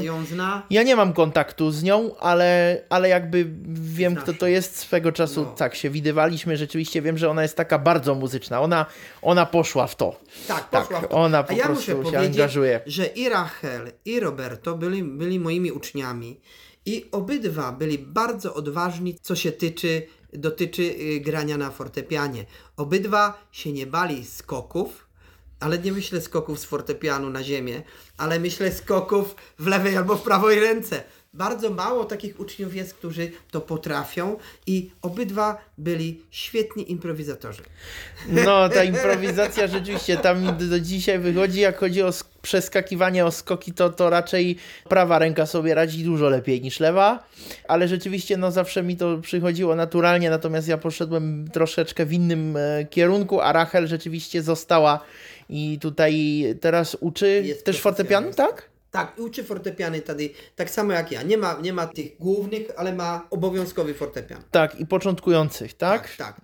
ja nie mam kontaktu z nią, ale jakby wiem, kto to jest. Swego czasu tak się widywaliśmy, rzeczywiście wiem, że ona jest taka bardzo muzyczna. Ona poszła w to. Tak, poszła w to. Ona po ja prostu muszę się angażuje. Że i Rachel, i Roberto byli moimi uczniami. I obydwa byli bardzo odważni, co się dotyczy grania na fortepianie. Obydwa się nie bali skoków, ale nie myślę skoków z fortepianu na ziemię, ale myślę skoków w lewej albo w prawej ręce. Bardzo mało takich uczniów jest, którzy to potrafią i obydwa byli świetni improwizatorzy. No, ta improwizacja rzeczywiście tam do dzisiaj wychodzi, jak chodzi o przeskakiwanie, o skoki, to raczej prawa ręka sobie radzi dużo lepiej niż lewa, ale rzeczywiście no zawsze mi to przychodziło naturalnie, natomiast ja poszedłem troszeczkę w innym kierunku, a Rachel rzeczywiście została i tutaj teraz uczy Jest też fortepianu, tak? Tak, uczy fortepiany wtedy, tak samo jak ja. Nie ma tych głównych, ale ma obowiązkowy fortepian. Tak, i początkujących, tak? Tak.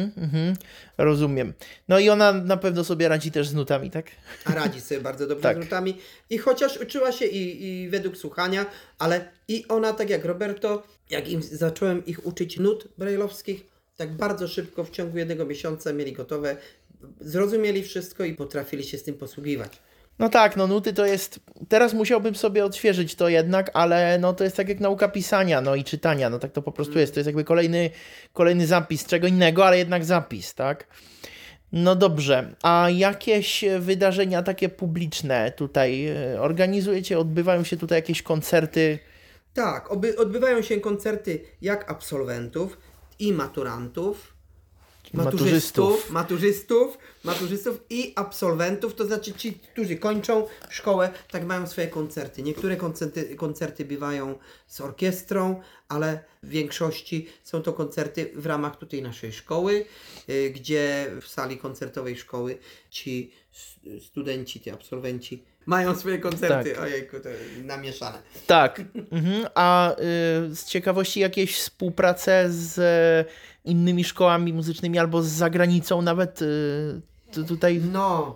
Rozumiem. No i ona na pewno sobie radzi też z nutami, tak? A radzi sobie bardzo dobrze z nutami. I chociaż uczyła się i według słuchania, ale i ona, tak jak Roberto, jak zacząłem ich uczyć nut brajlowskich, tak bardzo szybko w ciągu 1 miesiąca mieli gotowe, zrozumieli wszystko i potrafili się z tym posługiwać. No tak, no nuty to jest, teraz musiałbym sobie odświeżyć to jednak, ale no to jest tak jak nauka pisania, no i czytania, no tak to po prostu jest, to jest jakby kolejny zapis, czego innego, ale jednak zapis, tak? No dobrze, a jakieś wydarzenia takie publiczne tutaj organizujecie, odbywają się tutaj jakieś koncerty? Tak, odbywają się koncerty jak absolwentów i maturantów. maturzystów i absolwentów, to znaczy ci, którzy kończą szkołę, tak mają swoje koncerty. Niektóre koncerty bywają z orkiestrą, ale w większości są to koncerty w ramach tutaj naszej szkoły, gdzie w sali koncertowej szkoły ci studenci, ci absolwenci mają swoje koncerty. Tak. Ojejku, to namieszane. Tak. A z ciekawości jakieś współprace z innymi szkołami muzycznymi albo z zagranicą nawet tutaj? No,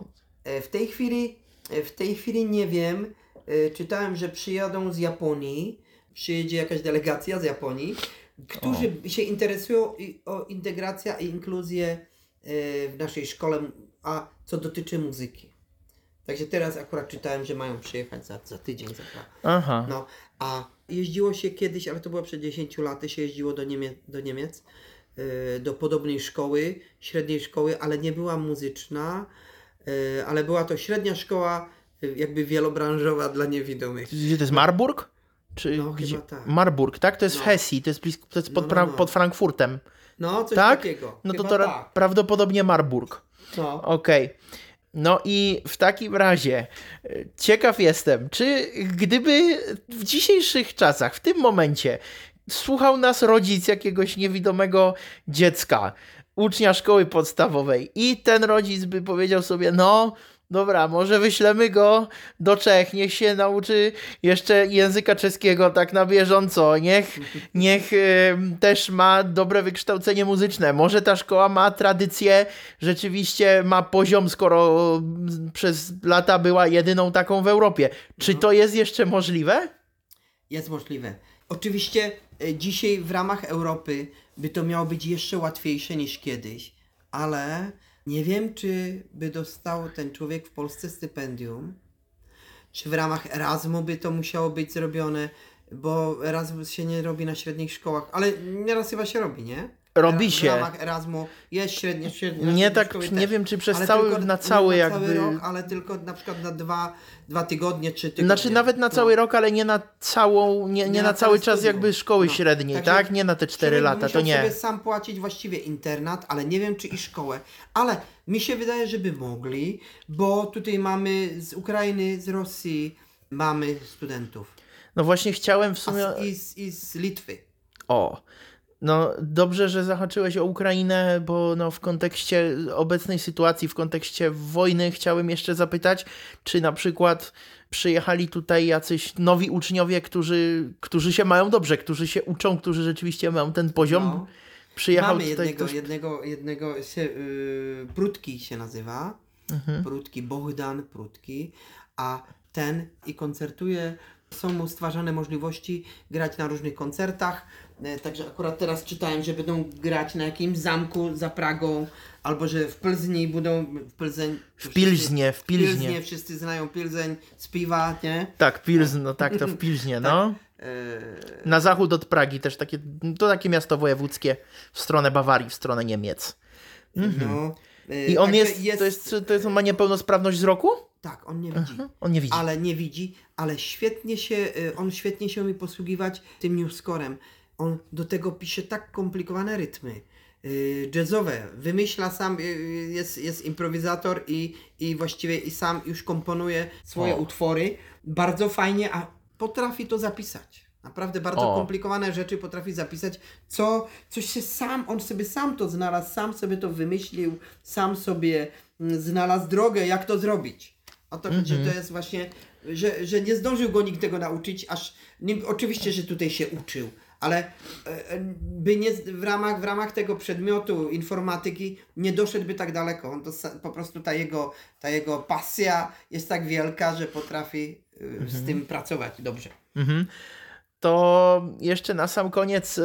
w tej chwili nie wiem. Czytałem, że przyjadą z Japonii, przyjedzie jakaś delegacja z Japonii, którzy się interesują o integrację i inkluzję w naszej szkole, a co dotyczy muzyki. Także teraz akurat czytałem, że mają przyjechać za tydzień, za dwa. Aha. No, a jeździło się kiedyś, ale to było przed 10 laty, się jeździło do Niemiec, do podobnej szkoły, średniej szkoły, ale nie była muzyczna, ale była to średnia szkoła jakby wielobranżowa dla niewidomych. Gdzie to jest Marburg? Czy No, gdzie? chyba tak. Marburg, tak? To jest w Hesji, to jest blisko, to jest pod Frankfurtem. No, coś tak? takiego. No to Chyba tak. prawdopodobnie Marburg. No. Okej. No i w takim razie ciekaw jestem, czy gdyby w dzisiejszych czasach, w tym momencie słuchał nas rodzic jakiegoś niewidomego dziecka, ucznia szkoły podstawowej i ten rodzic by powiedział sobie, no dobra, może wyślemy go do Czech, niech się nauczy jeszcze języka czeskiego tak na bieżąco, niech też ma dobre wykształcenie muzyczne. Może ta szkoła ma tradycję, rzeczywiście ma poziom, skoro przez lata była jedyną taką w Europie. Czy to jest jeszcze możliwe? Jest możliwe. Oczywiście dzisiaj w ramach Europy by to miało być jeszcze łatwiejsze niż kiedyś, ale nie wiem, czy by dostał ten człowiek w Polsce stypendium, czy w ramach Erasmu by to musiało być zrobione, bo Erasmus się nie robi na średnich szkołach, ale nieraz chyba się robi, nie? Robi się. W ramach Erasmu jest średnia nie tak, szkoły nie też. wiem, czy przez Ale cały, tylko, na cały nie jakby... cały rok, ale tylko na przykład na dwa tygodnie, 3 tygodnie. Znaczy nawet na cały rok, ale nie na całą, nie na cały czas studium. jakby szkoły średniej, Także tak? Nie na te 4 człowiek lata, to musiał nie. sobie sam płacić właściwie internat, ale nie wiem czy i szkołę. Ale mi się wydaje, że by mogli, bo tutaj mamy z Ukrainy, z Rosji mamy studentów. No właśnie chciałem w sumie... I z Litwy. O, no dobrze, że zahaczyłeś o Ukrainę, bo no w kontekście obecnej sytuacji, w kontekście wojny chciałem jeszcze zapytać, czy na przykład przyjechali tutaj jacyś nowi uczniowie, którzy się mają dobrze, którzy się uczą, którzy rzeczywiście mają ten poziom. No. Przyjechał Mamy tutaj jednego Prudki się nazywa. Prudki, Bohdan Prudki, a ten i koncertuje, są mu stwarzane możliwości grać na różnych koncertach. Także akurat teraz czytałem, że będą grać na jakimś zamku za Pragą, albo że w Plzni będą... W Pilźnie, wszyscy znają Pilzeń z piwa, nie? Tak, Pilzn, no tak, to w Pilźnie, no. Na zachód od Pragi też takie miasto wojewódzkie w stronę Bawarii, w stronę Niemiec. No. I on on ma niepełnosprawność wzroku? Tak, on nie widzi. On nie widzi. Ale nie widzi, ale on świetnie się umie posługiwać tym newscorem. On do tego pisze tak komplikowane rytmy jazzowe. Wymyśla sam, jest improwizator i właściwie i sam już komponuje swoje utwory. Bardzo fajnie, a potrafi to zapisać. Naprawdę bardzo komplikowane rzeczy potrafi zapisać, coś się on sobie sam to znalazł, sam sobie to wymyślił, sam sobie znalazł drogę, jak to zrobić. O to chodzi, to jest właśnie, że nie zdążył go nikt tego nauczyć, oczywiście, że tutaj się uczył, ale by nie w ramach tego przedmiotu informatyki nie doszedłby tak daleko. On to po prostu ta jego pasja jest tak wielka, że potrafi z tym pracować dobrze. To jeszcze na sam koniec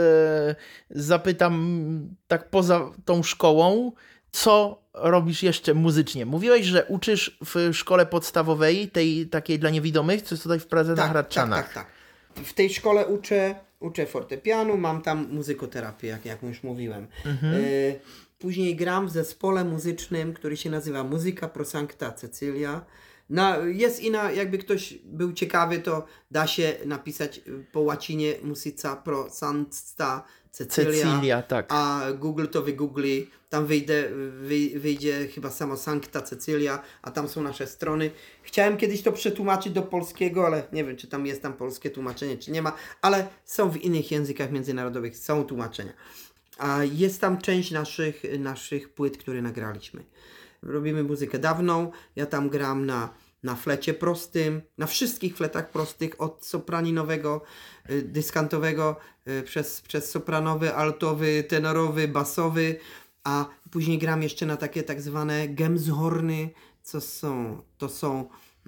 zapytam, tak poza tą szkołą, co robisz jeszcze muzycznie? Mówiłeś, że uczysz w szkole podstawowej, tej takiej dla niewidomych, co jest tutaj w Pradze na Hradczanach. Tak. W tej szkole uczę fortepianu, mam tam muzykoterapię, jak już mówiłem. Później gram w zespole muzycznym, który się nazywa Muzyka Pro Sancta Cecilia. Jakby ktoś był ciekawy, to da się napisać po łacinie Musica Pro Sancta Cecylia, tak. A Google to wygoogli, tam wyjdzie chyba samo Sancta Cecylia, a tam są nasze strony. Chciałem kiedyś to przetłumaczyć do polskiego, ale nie wiem, czy tam jest polskie tłumaczenie, czy nie ma, ale są w innych językach międzynarodowych, są tłumaczenia. A jest tam część naszych płyt, które nagraliśmy. Robimy muzykę dawną, ja tam gram na flecie prostym, na wszystkich fletach prostych, od sopraninowego, dyskantowego, przez sopranowy, altowy, tenorowy, basowy, a później gram jeszcze na takie tak zwane gemshorny, to są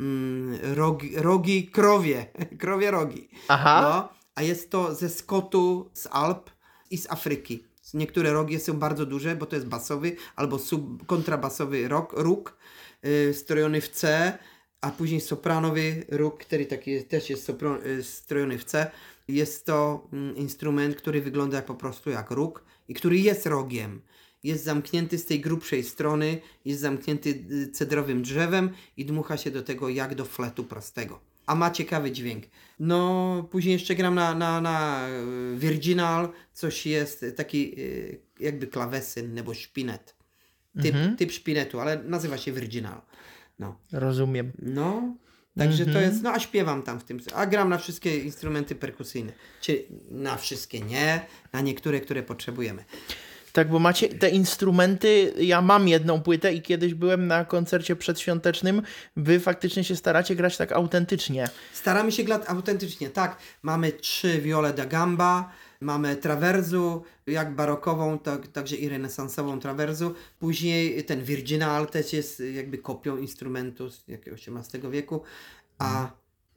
rogi, krowie rogi. Aha. No, a jest to ze Skotu, z Alp i z Afryki. Niektóre rogi są bardzo duże, bo to jest basowy albo kontrabasowy róg strojony w C, a później sopranowy róg, który taki też jest strojony w C. Jest to instrument, który wygląda po prostu jak róg i który jest rogiem. Jest zamknięty z tej grubszej strony, jest zamknięty cedrowym drzewem i dmucha się do tego jak do fletu prostego. A ma ciekawy dźwięk. No, później jeszcze gram na Virginal, coś jest taki jakby klawesyn nebo szpinet. Typ szpinetu, ale nazywa się Virginal. No. Rozumiem. No, także to jest, no a śpiewam tam w tym, a gram na wszystkie instrumenty perkusyjne. Czy na wszystkie nie, na niektóre, które potrzebujemy. Tak, bo macie te instrumenty, ja mam jedną płytę i kiedyś byłem na koncercie przedświątecznym, wy faktycznie się staracie grać tak autentycznie. Staramy się grać autentycznie, tak. Mamy 3 viole da gamba, mamy trawerzu, jak barokową, także i renesansową trawerzu. Później ten Virginal też jest jakby kopią instrumentu z jakiegoś XVIII wieku, a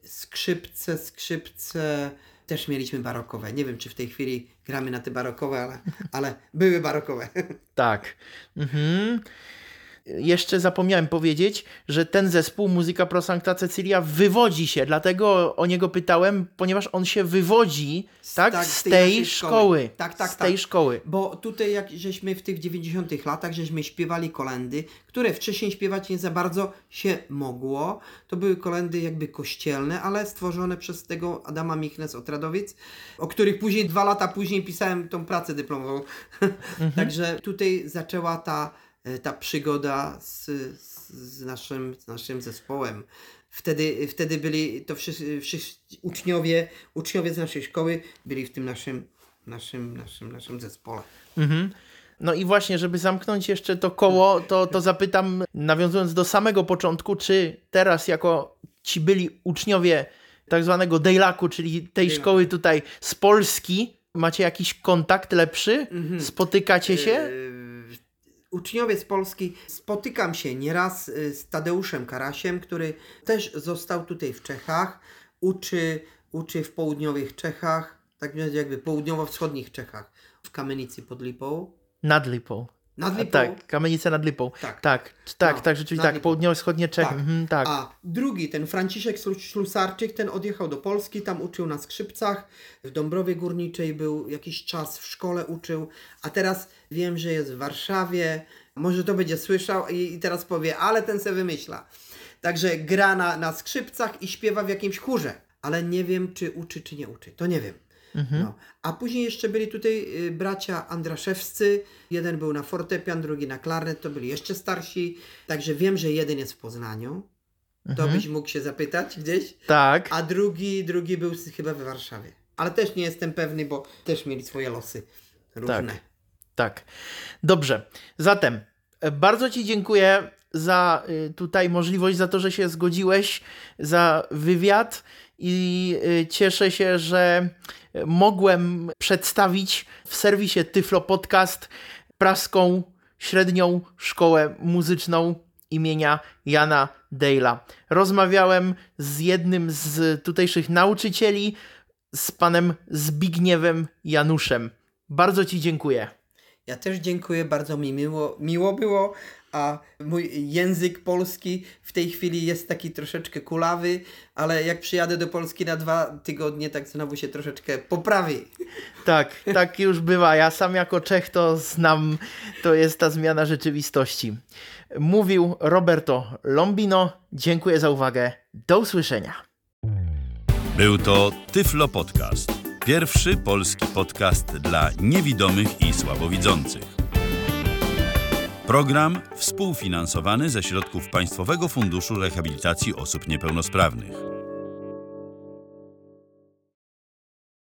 skrzypce też mieliśmy barokowe. Nie wiem, czy w tej chwili gramy na te barokowe, ale były barokowe. Tak. Jeszcze zapomniałem powiedzieć, że ten zespół Muzyka Pro Sancta Cecylia wywodzi się, dlatego o niego pytałem, ponieważ on się wywodzi z tej szkoły. Tak. Z tej szkoły. Bo tutaj jak żeśmy w tych 90 latach, żeśmy śpiewali kolędy, które wcześniej śpiewać nie za bardzo się mogło. To były kolędy jakby kościelne, ale stworzone przez tego Adama Michne z Otradowic, o których później 2 lata później pisałem tą pracę dyplomową. Także tutaj zaczęła ta przygoda z naszym zespołem. Wtedy byli to wszyscy uczniowie z naszej szkoły byli w tym naszym zespole. No i właśnie, żeby zamknąć jeszcze to koło, to zapytam, nawiązując do samego początku, czy teraz jako ci byli uczniowie tak zwanego Dejlaku, czyli tej szkoły tutaj z Polski, macie jakiś kontakt lepszy? Spotykacie się? Uczniowie z Polski, spotykam się nieraz z Tadeuszem Karasiem, który też został tutaj w Czechach, uczy w południowych Czechach, tak jakby południowo-wschodnich Czechach, w Kamienicy pod Lipą. Nad Lipą. Tak, Kamienica nad Lipą. Tak, rzeczywiście tak, południowo-wschodnie Czechy. Tak. A drugi, ten Franciszek Ślusarczyk, ten odjechał do Polski, tam uczył na skrzypcach, w Dąbrowie Górniczej był jakiś czas, w szkole uczył, a teraz wiem, że jest w Warszawie, może to będzie słyszał i teraz powie, ale ten se wymyśla. Także gra na skrzypcach i śpiewa w jakimś chórze, ale nie wiem, czy uczy, czy nie uczy, to nie wiem. No. A później jeszcze byli tutaj bracia Andraszewscy, jeden był na fortepian, drugi na klarnet, to byli jeszcze starsi, także wiem, że jeden jest w Poznaniu, to byś mógł się zapytać gdzieś, Tak. A drugi był chyba we Warszawie, ale też nie jestem pewny, bo też mieli swoje losy różne. Tak. Dobrze, zatem bardzo Ci dziękuję za tutaj możliwość, za to, że się zgodziłeś, za wywiad i cieszę się, że mogłem przedstawić w serwisie Tyflo Podcast praską średnią szkołę muzyczną imienia Jana Dejla. Rozmawiałem z jednym z tutejszych nauczycieli, z panem Zbigniewem Januszem. Bardzo Ci dziękuję. Ja też dziękuję, bardzo mi miło było, a mój język polski w tej chwili jest taki troszeczkę kulawy, ale jak przyjadę do Polski na 2 tygodnie, tak znowu się troszeczkę poprawi. Tak już bywa. Ja sam jako Czech to znam, to jest ta zmiana rzeczywistości. Mówił Roberto Lombino. Dziękuję za uwagę. Do usłyszenia. Był to Tyflo Podcast. Pierwszy polski podcast dla niewidomych i słabowidzących. Program współfinansowany ze środków Państwowego Funduszu Rehabilitacji Osób Niepełnosprawnych.